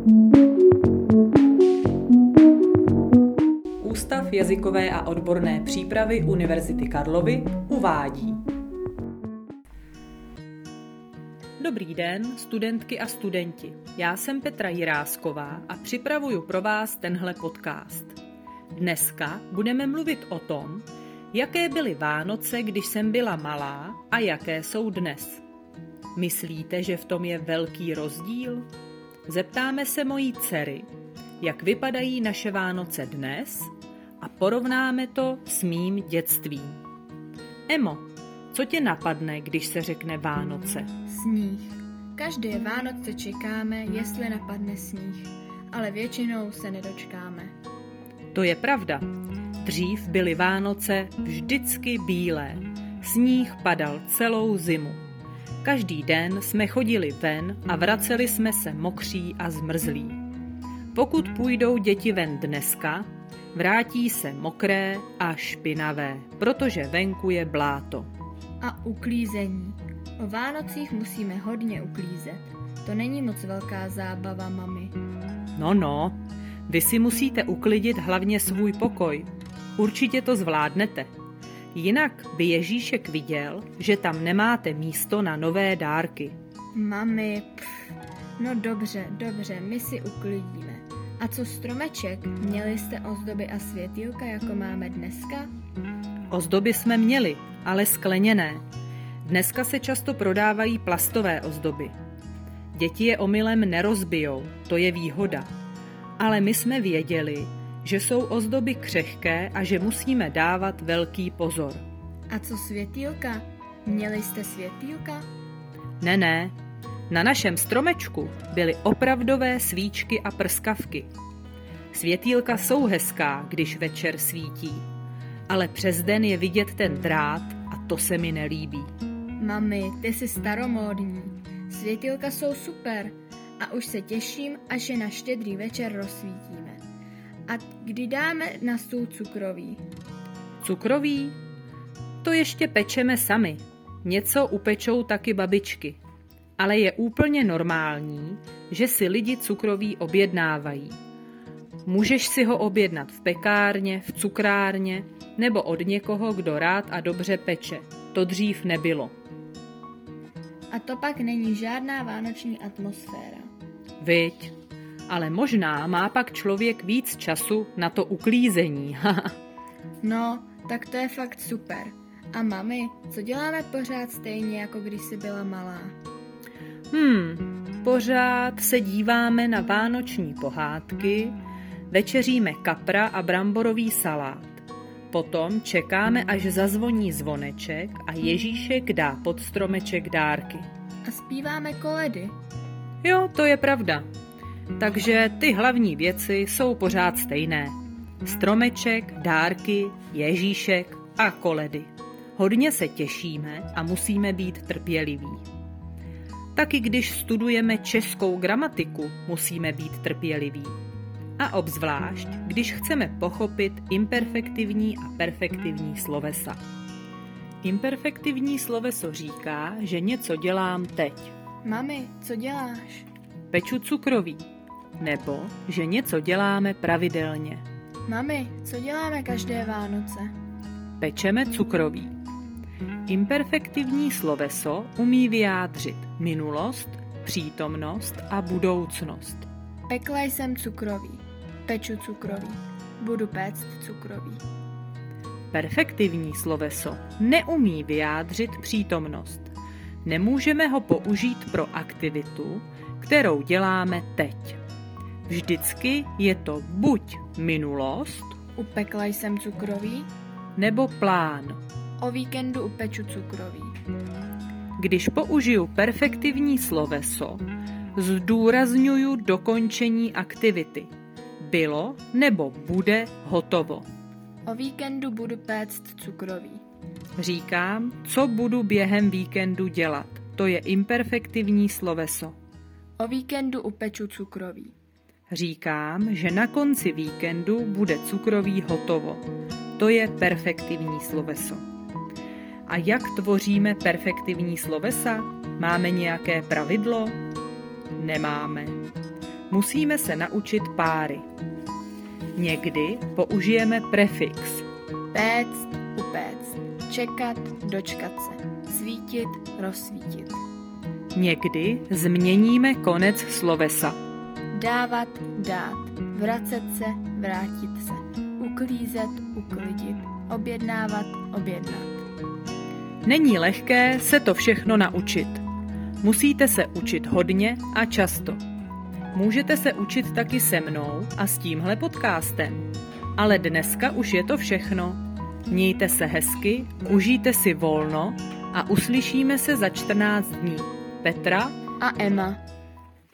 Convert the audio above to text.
Ústav jazykové a odborné přípravy Univerzity Karlovy uvádí. Dobrý den, studentky a studenti. Já jsem Petra Jirásková a připravuju pro vás tenhle podcast. Dneska budeme mluvit o tom, jaké byly Vánoce, když jsem byla malá a jaké jsou dnes. Myslíte, že v tom je velký rozdíl? Zeptáme se mojí dcery, jak vypadají naše Vánoce dnes a porovnáme to s mým dětstvím. Emo, co tě napadne, když se řekne Vánoce? Sníh. Každé Vánoce čekáme, jestli napadne sníh, ale většinou se nedočkáme. To je pravda. Dřív byly Vánoce vždycky bílé. Sníh padal celou zimu. Každý den jsme chodili ven a vraceli jsme se mokří a zmrzlí. Pokud půjdou děti ven dneska, vrátí se mokré a špinavé, protože venku je bláto. A uklízení. O Vánocích musíme hodně uklízet. To není moc velká zábava, mami. No, vy si musíte uklidit hlavně svůj pokoj. Určitě to zvládnete. Jinak by Ježíšek viděl, že tam nemáte místo na nové dárky. Mami, no dobře, my si uklidíme. A co stromeček? Měli jste ozdoby a světýlka, jako máme dneska? Ozdoby jsme měli, ale skleněné. Dneska se často prodávají plastové ozdoby. Děti je omylem nerozbijou, to je výhoda. Ale my jsme věděli, že jsou ozdoby křehké a že musíme dávat velký pozor. A co světýlka? Měli jste světýlka? Ne. Na našem stromečku byly opravdové svíčky a prskavky. Světýlka jsou hezká, když večer svítí, ale přes den je vidět ten drát a to se mi nelíbí. Mami, ty jsi staromódní. Světýlka jsou super a už se těším, až je na Štědrý večer rozsvítíme. A kdy dáme na stůl cukroví? Cukroví? To ještě pečeme sami. Něco upečou taky babičky. Ale je úplně normální, že si lidi cukroví objednávají. Můžeš si ho objednat v pekárně, v cukrárně nebo od někoho, kdo rád a dobře peče. To dřív nebylo. A to pak není žádná vánoční atmosféra. Viď, ale možná má pak člověk víc času na to uklízení. No, tak to je fakt super. A mami, co děláme pořád stejně, jako když jsi byla malá? Pořád se díváme na vánoční pohádky, večeříme kapra a bramborový salát. Potom čekáme, až zazvoní zvoneček a Ježíšek dá pod stromeček dárky. A zpíváme koledy. Jo, to je pravda. Takže ty hlavní věci jsou pořád stejné. Stromeček, dárky, Ježíšek a koledy. Hodně se těšíme a musíme být trpěliví. Taky když studujeme českou gramatiku, musíme být trpěliví. A obzvlášť, když chceme pochopit imperfektivní a perfektivní slovesa. Imperfektivní sloveso říká, že něco dělám teď. Mami, co děláš? Peču cukroví. Nebo, že něco děláme pravidelně. Mami, co děláme každé Vánoce? Pečeme cukroví. Imperfektivní sloveso umí vyjádřit minulost, přítomnost a budoucnost. Pekla jsem cukroví. Peču cukroví. Budu péct cukroví. Perfektivní sloveso neumí vyjádřit přítomnost. Nemůžeme ho použít pro aktivitu, kterou děláme teď. Vždycky je to buď minulost, upekla jsem cukroví, nebo plán. O víkendu upeču cukroví. Když použiju perfektivní sloveso, zdůrazňuju dokončení aktivity. Bylo nebo bude hotovo. O víkendu budu péct cukroví. Říkám, co budu během víkendu dělat. To je imperfektivní sloveso. O víkendu upeču cukroví. Říkám, že na konci víkendu bude cukroví hotovo. To je perfektivní sloveso. A jak tvoříme perfektivní slovesa? Máme nějaké pravidlo? Nemáme. Musíme se naučit páry. Někdy použijeme prefix. Péct, upéct. Čekat, dočkat se. Svítit, rozsvítit. Někdy změníme konec slovesa. Dávat, dát. Vracet se, vrátit se. Uklízet, uklidit. Objednávat, objednat. Není lehké se to všechno naučit. Musíte se učit hodně a často. Můžete se učit taky se mnou a s tímhle podcastem. Ale dneska už je to všechno. Mějte se hezky, užijte si volno a uslyšíme se za 14 dní. Petra a Emma.